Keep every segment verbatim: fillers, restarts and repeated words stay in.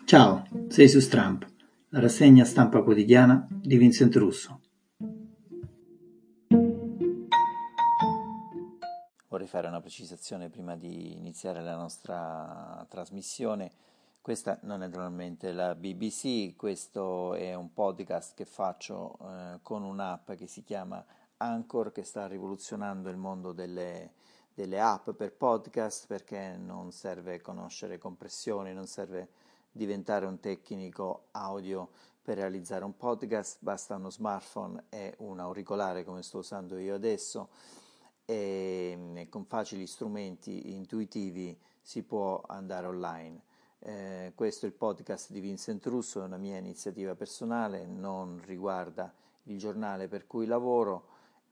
Ciao, sei su Stramp, la rassegna stampa quotidiana di Vincent Russo. Vorrei fare una precisazione prima di iniziare la nostra trasmissione. Questa non è naturalmente la B B C, questo è un podcast che faccio eh, con un'app che si chiama Anchor, che sta rivoluzionando il mondo delle, delle app per podcast, perché non serve conoscere compressioni, non serve diventare un tecnico audio per realizzare un podcast, basta uno smartphone e un auricolare come sto usando io adesso e con facili strumenti intuitivi si può andare online. Eh, questo è il podcast di Vincent Russo, è una mia iniziativa personale, non riguarda il giornale per cui lavoro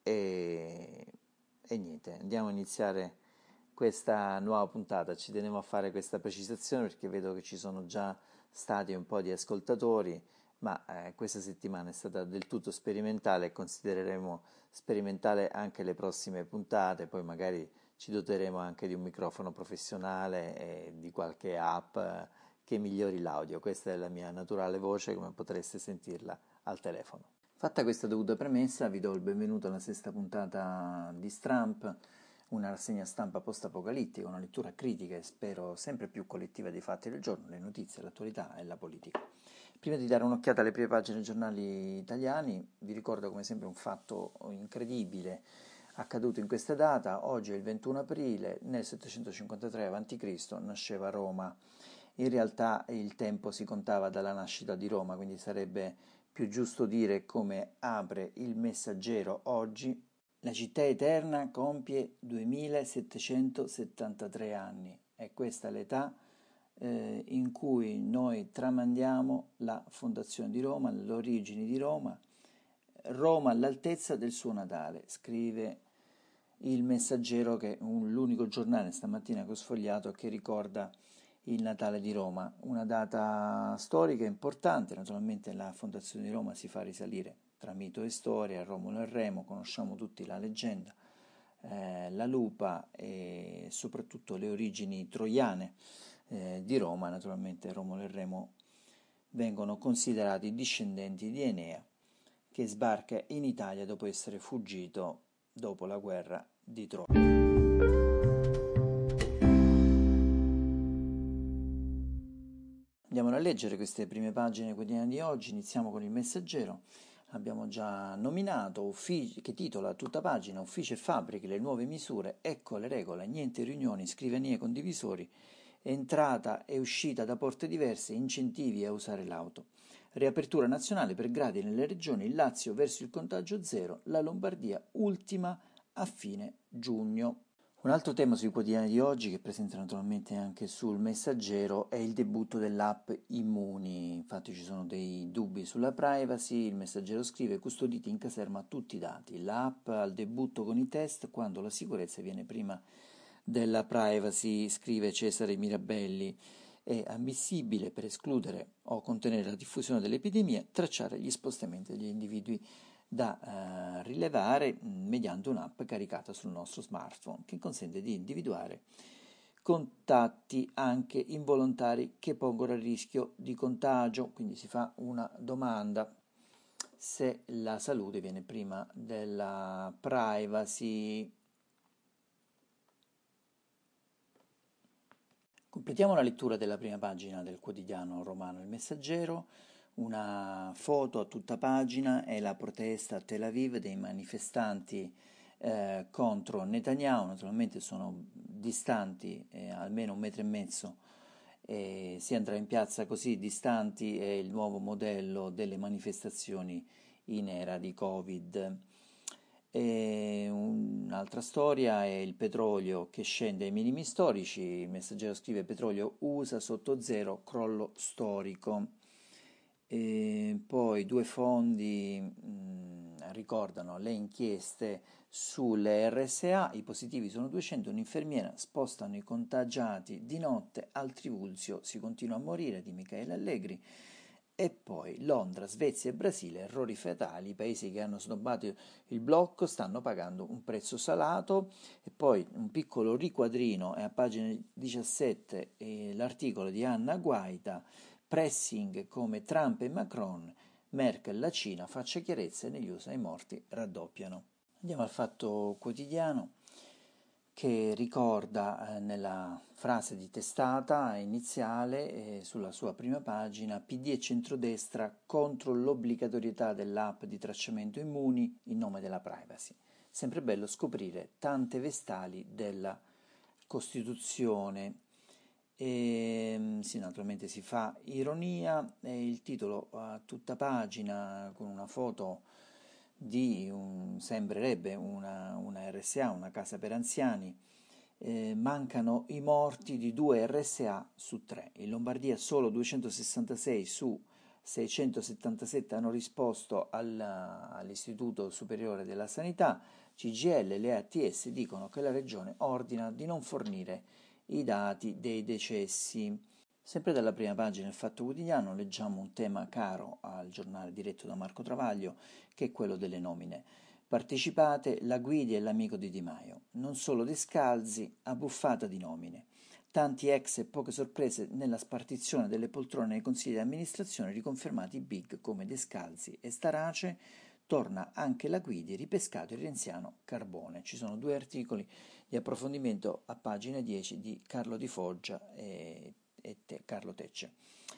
e, e niente, andiamo a iniziare questa nuova puntata. Ci tenevo a fare questa precisazione perché vedo che ci sono già stati un po' di ascoltatori, ma eh, questa settimana è stata del tutto sperimentale e considereremo sperimentale anche le prossime puntate, poi magari ci doteremo anche di un microfono professionale e di qualche app eh, che migliori l'audio. Questa è la mia naturale voce, come potreste sentirla al telefono. Fatta questa dovuta premessa, vi do il benvenuto alla sesta puntata di Stramp, una rassegna stampa post-apocalittica, una lettura critica e spero sempre più collettiva dei fatti del giorno, le notizie, l'attualità e la politica. Prima di dare un'occhiata alle prime pagine dei giornali italiani, vi ricordo come sempre un fatto incredibile accaduto in questa data. Oggi è il ventuno aprile, nel settecentocinquantatré avanti Cristo nasceva Roma. In realtà il tempo si contava dalla nascita di Roma, quindi sarebbe più giusto dire come apre il Messaggero oggi: la città eterna compie duemilasettecentosettantatré anni. È questa l'età eh, in cui noi tramandiamo la fondazione di Roma, le origini di Roma. Roma all'altezza del suo Natale, scrive il Messaggero, che è un, l'unico giornale stamattina che ho sfogliato che ricorda il Natale di Roma, una data storica importante. Naturalmente la fondazione di Roma si fa risalire tra mito e storia, Romolo e Remo, conosciamo tutti la leggenda, eh, la lupa e soprattutto le origini troiane eh, di Roma. Naturalmente Romolo e Remo vengono considerati discendenti di Enea, che sbarca in Italia dopo essere fuggito dopo la guerra di Troia. Andiamo a leggere queste prime pagine quotidiane di oggi. Iniziamo con il Messaggero. Abbiamo già nominato, uffici, che titola a tutta pagina: Uffici e fabbriche, le nuove misure, ecco le regole, niente riunioni, scrivanie con divisori, entrata e uscita da porte diverse, incentivi a usare l'auto. Riapertura nazionale per gradi nelle regioni, il Lazio verso il contagio zero, la Lombardia ultima a fine giugno. Un altro tema sui quotidiani di oggi, che presenta naturalmente anche sul Messaggero, è il debutto dell'app Immuni. Infatti ci sono dei dubbi sulla privacy. Il Messaggero scrive: custoditi in caserma tutti i dati. L'app al debutto con i test quando la sicurezza viene prima della privacy, scrive Cesare Mirabelli. È ammissibile, per escludere o contenere la diffusione dell'epidemia, tracciare gli spostamenti degli individui da eh, rilevare mediante un'app caricata sul nostro smartphone, che consente di individuare contatti anche involontari che pongono a rischio di contagio. Quindi si fa una domanda: se la salute viene prima della privacy. Completiamo la lettura della prima pagina del quotidiano romano Il Messaggero. Una foto a tutta pagina è la protesta a Tel Aviv dei manifestanti eh, contro Netanyahu. Naturalmente sono distanti eh, almeno un metro e mezzo, e si andrà in piazza così distanti. È il nuovo modello delle manifestazioni in era di Covid. E un'altra storia è il petrolio che scende ai minimi storici. Il Messaggero scrive: petrolio U S A sotto zero, crollo storico. E poi due fondi mh, ricordano le inchieste sulle R S A. I positivi sono duecento, un'infermiera, spostano i contagiati di notte al Trivulzio, si continua a morire, di Michele Allegri. E poi Londra, Svezia e Brasile, errori fatali, i paesi che hanno snobbato il blocco stanno pagando un prezzo salato. E poi un piccolo riquadrino, è a pagina diciassette, eh, l'articolo di Anna Guaita, pressing come Trump e Macron, Merkel, la Cina, faccia chiarezza e negli U S A i morti raddoppiano. Andiamo al Fatto Quotidiano, che ricorda eh, nella frase di testata iniziale, eh, sulla sua prima pagina, P D e centrodestra contro l'obbligatorietà dell'app di tracciamento Immuni in nome della privacy. Sempre bello scoprire tante vestali della Costituzione. E, sì, naturalmente si fa ironia, e il titolo a tutta pagina con una foto di un, sembrerebbe una, una R S A, una casa per anziani. Eh, mancano i morti di due R S A su tre. In Lombardia solo duecentosessantasei su seicentosettantasette hanno risposto al, all'Istituto Superiore della Sanità. C G I L e le A T S dicono che la Regione ordina di non fornire i dati dei decessi. Sempre dalla prima pagina del Fatto Quotidiano leggiamo un tema caro al giornale diretto da Marco Travaglio, che è quello delle nomine. Partecipate, la Guidi e l'amico di Di Maio. Non solo Descalzi, abbuffata di nomine. Tanti ex e poche sorprese nella spartizione delle poltrone nei consigli di amministrazione, riconfermati big come Descalzi e Starace. Torna anche la Guidi, ripescato il renziano Carbone. Ci sono due articoli di approfondimento a pagina dieci di Carlo Di Foggia e, e te, Carlo Tecce.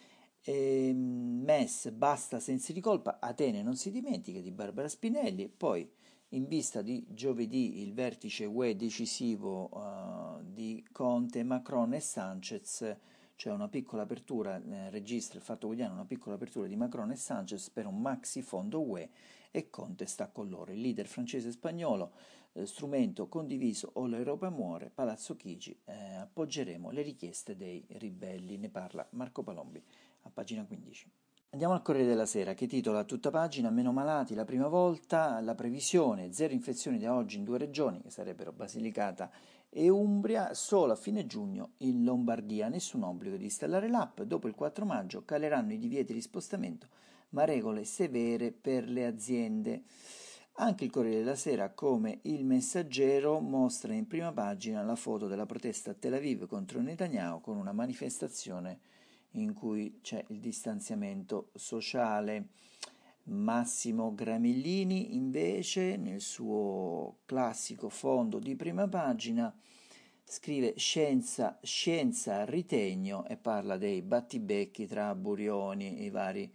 E, M E S basta sensi di colpa, Atene non si dimentica di Barbara Spinelli. Poi in vista di giovedì il vertice U E decisivo uh, di Conte, Macron e Sanchez, cioè una piccola apertura, eh, registra il Fatto Quotidiano, una piccola apertura di Macron e Sanchez per un maxi fondo U E, e Conte sta con loro. Il leader francese e spagnolo, eh, strumento condiviso o l'Europa muore, Palazzo Chigi, eh, appoggeremo le richieste dei ribelli, ne parla Marco Palombi a pagina quindici. Andiamo al Corriere della Sera, che titola a tutta pagina: meno malati la prima volta, la previsione zero infezioni da oggi in due regioni, che sarebbero Basilicata e Umbria, solo a fine giugno in Lombardia, nessun obbligo di installare l'app. Dopo il quattro maggio caleranno i divieti di spostamento, ma regole severe per le aziende. Anche il Corriere della Sera, come il Messaggero, mostra in prima pagina la foto della protesta a Tel Aviv contro Netanyahu, con una manifestazione in cui c'è il distanziamento sociale. Massimo Gramellini invece, nel suo classico fondo di prima pagina, scrive scienza, scienza ritegno, e parla dei battibecchi tra Burioni e i vari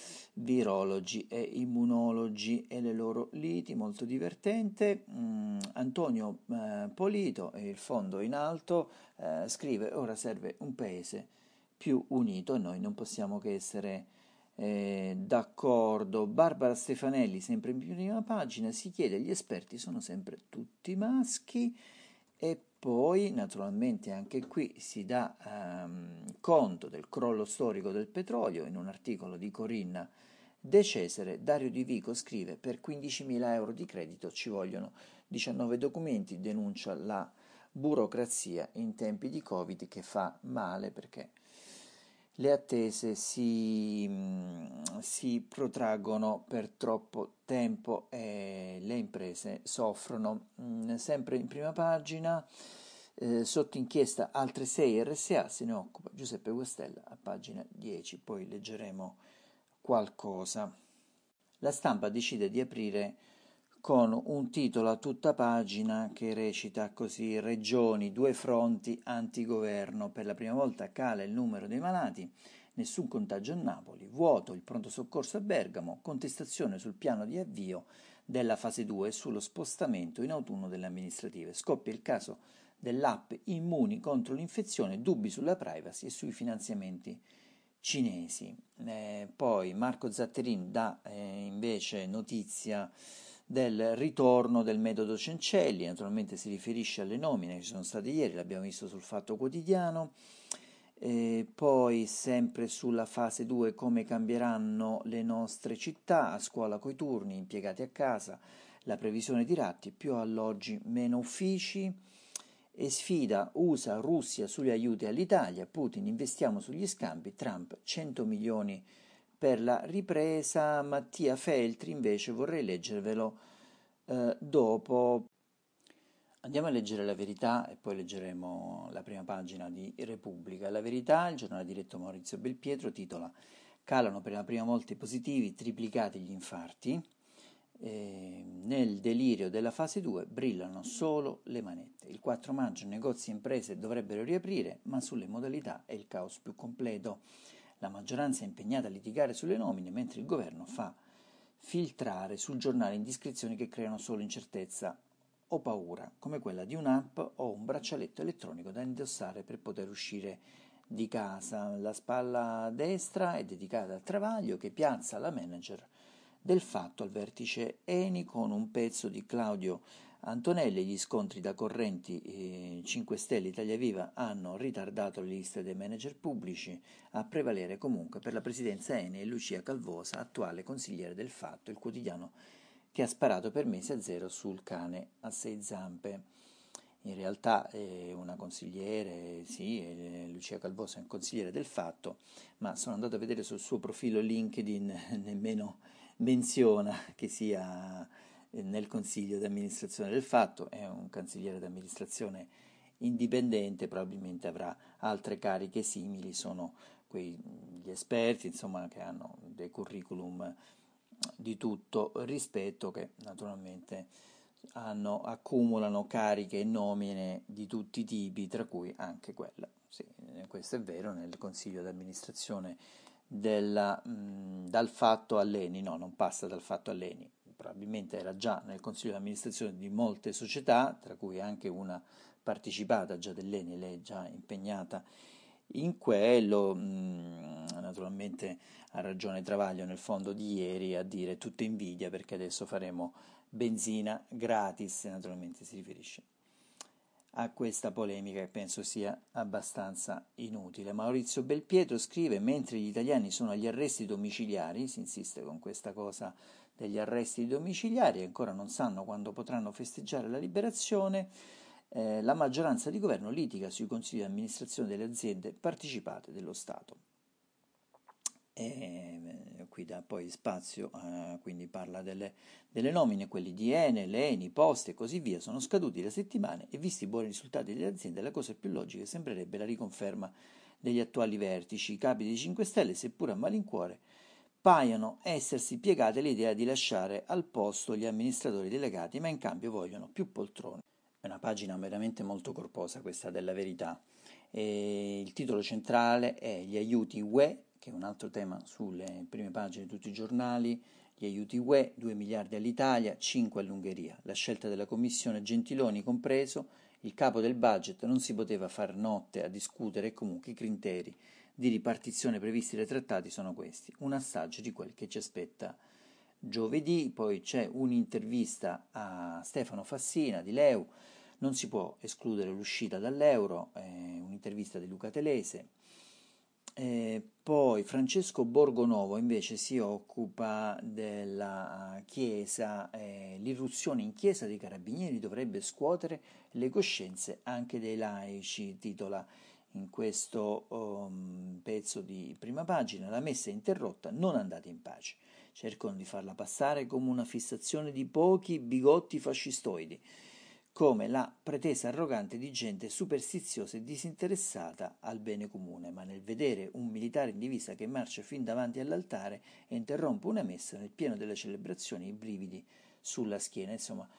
virologi e immunologi e le loro liti, molto divertente. Mm, Antonio eh, Polito, il fondo in alto, eh, scrive: ora serve un paese più unito, e noi non possiamo che essere eh, d'accordo. Barbara Stefanelli, sempre in prima pagina, si chiede: gli esperti sono sempre tutti maschi? E poi naturalmente anche qui si dà ehm, conto del crollo storico del petrolio in un articolo di Corinna De Cesare. Dario Di Vico scrive: per quindicimila euro di credito ci vogliono diciannove documenti, denuncia la burocrazia in tempi di Covid che fa male, perché le attese si, si protraggono per troppo tempo e le imprese soffrono. Sempre in prima pagina, eh, sotto inchiesta altre sei R S A, se ne occupa Giuseppe Guastella a pagina dieci, poi leggeremo qualcosa. La Stampa decide di aprire con un titolo a tutta pagina che recita così: regioni, due fronti antigoverno, per la prima volta cala il numero dei malati, nessun contagio a Napoli, vuoto il pronto soccorso a Bergamo, contestazione sul piano di avvio della fase due e sullo spostamento in autunno delle amministrative, scoppia il caso dell'app Immuni contro l'infezione, dubbi sulla privacy e sui finanziamenti cinesi. Eh, poi Marco Zatterin dà eh, invece notizia del ritorno del metodo Cencelli, naturalmente si riferisce alle nomine che ci sono state ieri, l'abbiamo visto sul Fatto Quotidiano. E poi sempre sulla fase due, come cambieranno le nostre città, a scuola coi turni, impiegati a casa, la previsione di Ratti, più alloggi, meno uffici. E sfida U S A, Russia sugli aiuti all'Italia, Putin investiamo sugli scambi, Trump cento milioni per la ripresa. Mattia Feltri invece vorrei leggervelo eh, dopo. Andiamo a leggere La Verità e poi leggeremo la prima pagina di Repubblica. La Verità, il giornale diretto Maurizio Belpietro, titola: calano per la prima volta i positivi, triplicati gli infarti. Eh, nel delirio della fase due brillano solo le manette. Il quattro maggio negozi e imprese dovrebbero riaprire, ma sulle modalità è il caos più completo. La maggioranza è impegnata a litigare sulle nomine, mentre il governo fa filtrare sul giornale indiscrezioni che creano solo incertezza o paura, come quella di un'app o un braccialetto elettronico da indossare per poter uscire di casa. La spalla destra è dedicata al Travaglio, che piazza la manager del Fatto al vertice Eni con un pezzo di Claudio Antonelli. Gli scontri da correnti eh, cinque Stelle Italia Viva hanno ritardato le liste dei manager pubblici. A prevalere comunque per la presidenza Eni è Lucia Calvosa, attuale consigliere del Fatto, il quotidiano che ha sparato per mesi a zero sul cane a sei zampe. In realtà è una consigliere, sì, è Lucia Calvosa è un consigliere del Fatto, ma sono andato a vedere sul suo profilo LinkedIn, nemmeno menziona che sia nel consiglio di amministrazione del Fatto, è un consigliere di amministrazione indipendente, probabilmente avrà altre cariche simili, sono quegli esperti, insomma, che hanno dei curriculum di tutto rispetto, che naturalmente hanno, accumulano cariche e nomine di tutti i tipi, tra cui anche quella. Sì, questo è vero, nel consiglio di amministrazione della, mh, dal Fatto all'Eni, no, non passa dal Fatto all'Eni, probabilmente era già nel consiglio di amministrazione di molte società, tra cui anche una partecipata già dell'Eni, lei è già impegnata in quello. Mh, naturalmente ha ragione Travaglio nel fondo di ieri a dire tutta invidia perché adesso faremo benzina gratis, naturalmente si riferisce a questa polemica che penso sia abbastanza inutile. Maurizio Belpietro scrive: mentre gli italiani sono agli arresti domiciliari, si insiste con questa cosa degli arresti domiciliari, ancora non sanno quando potranno festeggiare la liberazione, eh, la maggioranza di governo litiga sui consigli di amministrazione delle aziende partecipate dello Stato. E qui dà poi spazio, eh, quindi parla delle, delle nomine, quelli di Enel, Eni, Poste e così via, sono scaduti le settimane e visti i buoni risultati delle aziende, la cosa più logica sembrerebbe la riconferma degli attuali vertici. I capi dei cinque Stelle, seppur a malincuore, paiono essersi piegate l'idea di lasciare al posto gli amministratori delegati, ma in cambio vogliono più poltrone. È una pagina veramente molto corposa questa della Verità. E il titolo centrale è gli aiuti U E, che è un altro tema sulle prime pagine di tutti i giornali. Gli aiuti U E, due miliardi all'Italia, cinque all'Ungheria. La scelta della Commissione, Gentiloni compreso, il capo del budget non si poteva far notte a discutere e comunque i criteri di ripartizione previsti dai trattati sono questi. Un assaggio di quel che ci aspetta giovedì. Poi c'è un'intervista a Stefano Fassina di Leu. Non si può escludere l'uscita dall'euro, eh, un'intervista di Luca Telese. Eh, poi Francesco Borgonovo invece si occupa della Chiesa, eh, l'irruzione in Chiesa dei Carabinieri dovrebbe scuotere le coscienze anche dei laici, titola in questo um, pezzo di prima pagina. La messa è interrotta, non andate in pace. Cercano di farla passare come una fissazione di pochi bigotti fascistoidi, come la pretesa arrogante di gente superstiziosa e disinteressata al bene comune, ma nel vedere un militare in divisa che marcia fin davanti all'altare e interrompe una messa nel pieno delle celebrazioni, i brividi sulla schiena, insomma,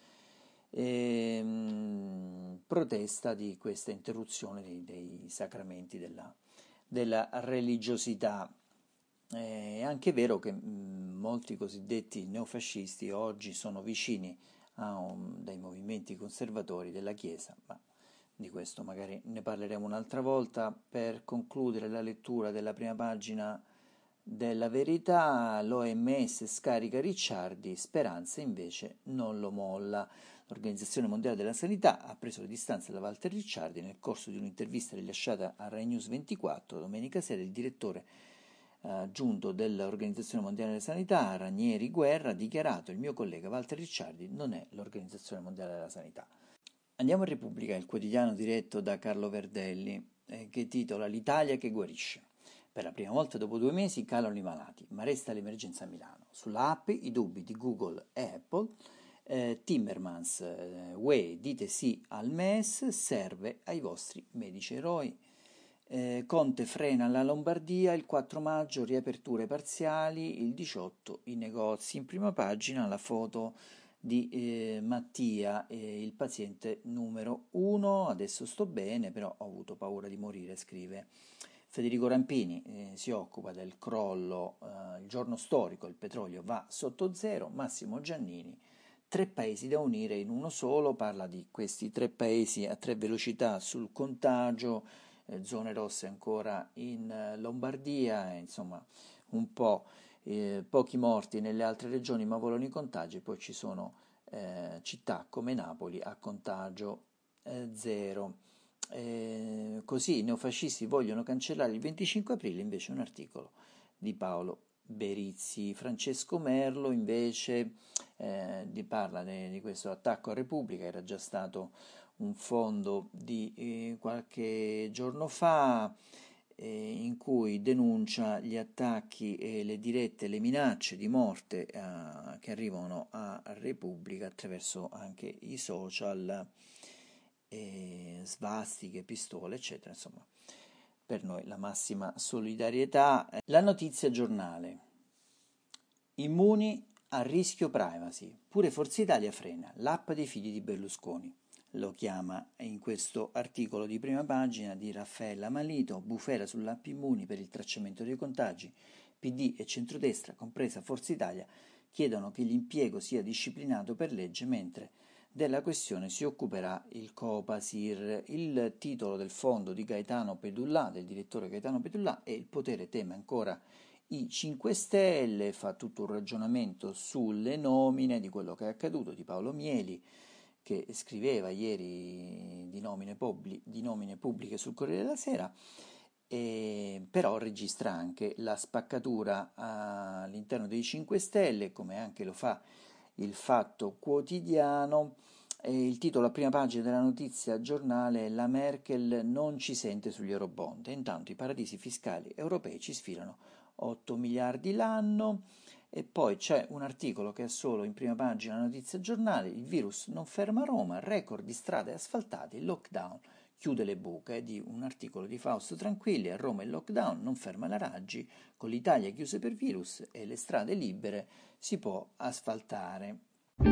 ehm, protesta di questa interruzione dei, dei sacramenti della, della religiosità. È anche vero che mh, molti cosiddetti neofascisti oggi sono vicini a un, dai movimenti conservatori della Chiesa, ma di questo magari ne parleremo un'altra volta. Per concludere la lettura della prima pagina della Verità, l'O M S scarica Ricciardi, Speranza invece non lo molla. L'Organizzazione Mondiale della Sanità ha preso le distanze da Walter Ricciardi nel corso di un'intervista rilasciata a Rai News ventiquattro domenica sera. Il direttore aggiunto dell'Organizzazione Mondiale della Sanità, Ranieri Guerra, ha dichiarato: il mio collega Walter Ricciardi non è l'Organizzazione Mondiale della Sanità. Andiamo a Repubblica, il quotidiano diretto da Carlo Verdelli, eh, che titola L'Italia che guarisce. Per la prima volta dopo due mesi calano i malati, ma resta l'emergenza a Milano. Sulla app i dubbi di Google e Apple, Eh, Timmermans, eh, U E, dite sì al M E S, serve ai vostri medici eroi. Eh, Conte frena la Lombardia, il quattro maggio riaperture parziali, il diciotto i negozi. In prima pagina la foto di eh, Mattia, eh, il paziente numero uno, adesso sto bene, però ho avuto paura di morire, scrive Federico Rampini. Eh, si occupa del crollo, eh, il giorno storico, il petrolio va sotto zero. Massimo Giannini, tre paesi da unire in uno solo, parla di questi tre paesi a tre velocità sul contagio, eh, zone rosse ancora in eh, Lombardia, eh, insomma un po' eh, pochi morti nelle altre regioni ma volano i contagi, poi ci sono eh, città come Napoli a contagio eh, zero. Eh, così i neofascisti vogliono cancellare il venticinque aprile, invece un articolo di Paolo Berizzi. Francesco Merlo invece eh, di parla di, di questo attacco a Repubblica, era già stato un fondo di eh, qualche giorno fa, eh, in cui denuncia gli attacchi e le dirette, le minacce di morte eh, che arrivano a Repubblica attraverso anche i social, eh, svastiche, pistole, eccetera. Insomma, per noi la massima solidarietà. La notizia giornale. Immuni a rischio privacy. Pure Forza Italia frena. L'app dei figli di Berlusconi. Lo chiama in questo articolo di prima pagina di Raffaella Malito, bufera sull'app Immuni per il tracciamento dei contagi. P D e centrodestra, compresa Forza Italia, chiedono che l'impiego sia disciplinato per legge, mentre della questione si occuperà il Copasir. Il titolo del fondo di Gaetano Pedullà, del direttore Gaetano Pedullà, è: il potere teme ancora i cinque Stelle, fa tutto un ragionamento sulle nomine, di quello che è accaduto, di Paolo Mieli, che scriveva ieri di nomine, pubblic- di nomine pubbliche sul Corriere della Sera, e però registra anche la spaccatura all'interno dei cinque Stelle, come anche lo fa il Fatto Quotidiano. E il titolo a prima pagina della notizia giornale è: la Merkel non ci sente sugli eurobond, e intanto i paradisi fiscali europei ci sfilano otto miliardi l'anno. E poi c'è un articolo che è solo in prima pagina della notizia giornale: il virus non ferma Roma, record di strade asfaltate, il lockdown chiude le buche, di un articolo di Fausto Tranquilli. A Roma il lockdown non ferma la Raggi, con l'Italia chiusa per virus e le strade libere si può asfaltare.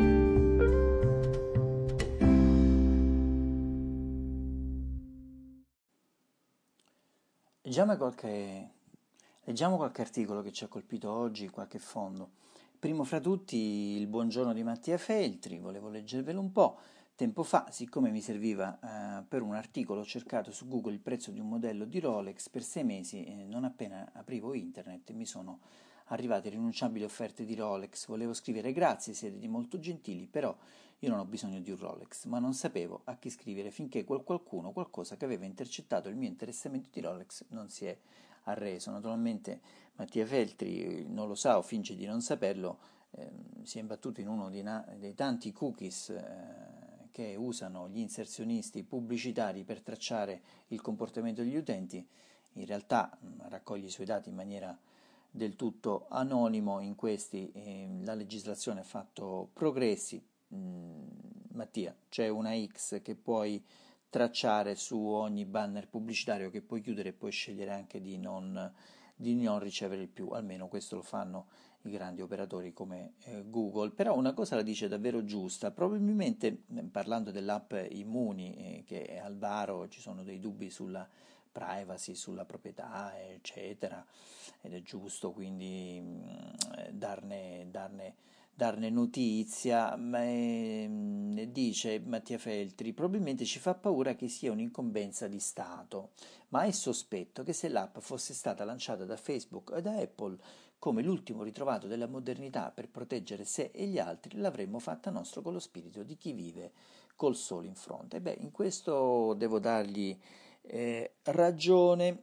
Leggiamo qualche, leggiamo qualche articolo che ci ha colpito oggi, qualche fondo. Primo fra tutti il buongiorno di Mattia Feltri, volevo leggervelo un po'. Tempo fa, siccome mi serviva eh, per un articolo, ho cercato su Google il prezzo di un modello di Rolex per sei mesi e non appena aprivo internet mi sono arrivate rinunciabili offerte di Rolex. Volevo scrivere grazie, siete di molto gentili, però io non ho bisogno di un Rolex, ma non sapevo a chi scrivere finché quel qualcuno, qualcosa che aveva intercettato il mio interessamento di Rolex, non si è arreso. Naturalmente Mattia Feltri non lo sa o finge di non saperlo, ehm, si è imbattuto in uno dei, na- dei tanti cookies eh, che usano gli inserzionisti pubblicitari per tracciare il comportamento degli utenti. In realtà mh, raccoglie i suoi dati in maniera del tutto anonimo. In questi eh, la legislazione ha fatto progressi. Mm, Mattia, c'è una X che puoi tracciare su ogni banner pubblicitario, che puoi chiudere e puoi scegliere anche di non, di non ricevere più, almeno questo lo fanno i grandi operatori come eh, Google. Però una cosa la dice davvero giusta, probabilmente eh, parlando dell'app Immuni, eh, che è al varo, ci sono dei dubbi sulla privacy, sulla proprietà, eccetera, ed è giusto quindi mh, darne, darne, darne notizia, ma è, dice Mattia Feltri: probabilmente ci fa paura che sia un'incombenza di Stato, ma è sospetto che se l'app fosse stata lanciata da Facebook o da Apple come l'ultimo ritrovato della modernità per proteggere sé e gli altri, l'avremmo fatta nostro con lo spirito di chi vive col sole in fronte. Beh, in questo devo dargli eh, ragione.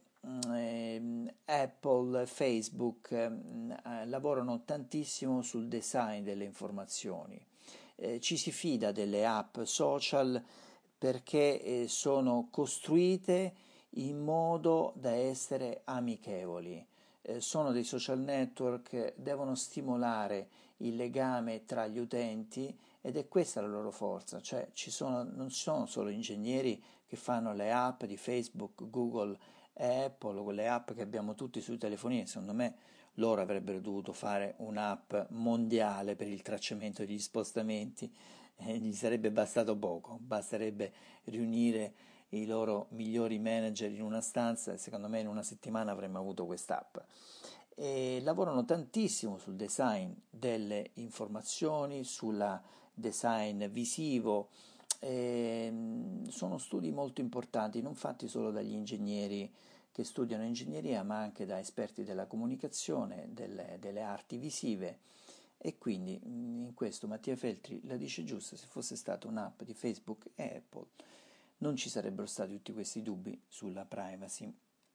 Eh, Apple, Facebook eh, lavorano tantissimo sul design delle informazioni. Eh, ci si fida delle app social perché eh, sono costruite in modo da essere amichevoli. Eh, sono dei social network, devono stimolare il legame tra gli utenti ed è questa la loro forza, cioè ci sono, non sono solo ingegneri che fanno le app di Facebook, Google e Apple, quelle app che abbiamo tutti sui telefonini. Secondo me loro avrebbero dovuto fare un'app mondiale per il tracciamento degli spostamenti, e gli sarebbe bastato poco, basterebbe riunire i loro migliori manager in una stanza e secondo me in una settimana avremmo avuto quest'app. E lavorano tantissimo sul design delle informazioni, sul design visivo, e sono studi molto importanti, non fatti solo dagli ingegneri che studiano ingegneria, ma anche da esperti della comunicazione, delle, delle arti visive. E quindi in questo Mattia Feltri la dice giusta: se fosse stata un'app di Facebook e Apple non ci sarebbero stati tutti questi dubbi sulla privacy.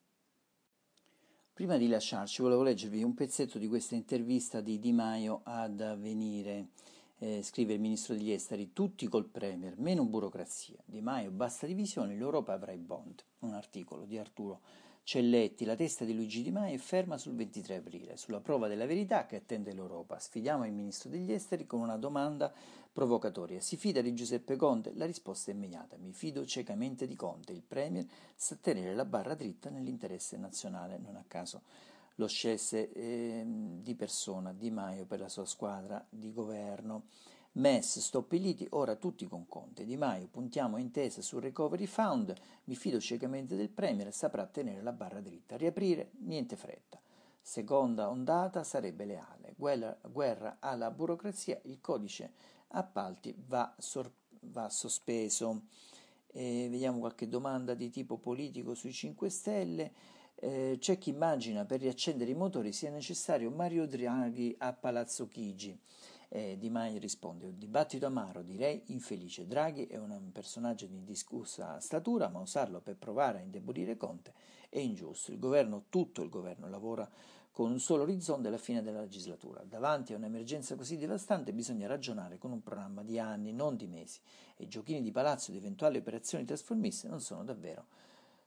Prima di lasciarci volevo leggervi un pezzetto di questa intervista di Di Maio ad Avvenire. Eh, scrive il ministro degli esteri: tutti col Premier, meno burocrazia. Di Maio: basta divisione, l'Europa avrà i bond. Un articolo di Arturo Celletti. La testa di Luigi Di Maio è ferma sul ventitré aprile, sulla prova della verità che attende l'Europa. Sfidiamo il ministro degli esteri con una domanda provocatoria: si fida di Giuseppe Conte? La risposta è immediata: mi fido ciecamente di Conte. Il Premier sa tenere la barra dritta nell'interesse nazionale. Non a caso lo scelse eh, di persona Di Maio per la sua squadra di governo. M E S, stop i liti, ora tutti con Conte. Di Maio: puntiamo a intesa sul Recovery Fund, mi fido ciecamente del Premier, saprà tenere la barra dritta. Riaprire, niente fretta. Seconda ondata sarebbe leale. Guerra, guerra alla burocrazia, il codice appalti va, sor- va sospeso. Eh, vediamo qualche domanda di tipo politico sui cinque Stelle. Eh, c'è chi immagina per riaccendere i motori sia necessario Mario Draghi a Palazzo Chigi. Eh, Di Maio risponde: un dibattito amaro, direi infelice. Draghi è un personaggio di indiscussa statura, ma usarlo per provare a indebolire Conte è ingiusto. Il governo, tutto il governo, lavora con un solo orizzonte alla fine della legislatura. Davanti a un'emergenza così devastante bisogna ragionare con un programma di anni, non di mesi, e i giochini di palazzo di eventuali operazioni trasformiste non sono davvero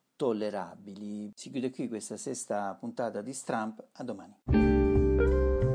tollerabili. Si chiude qui questa sesta puntata di Stramp, a domani.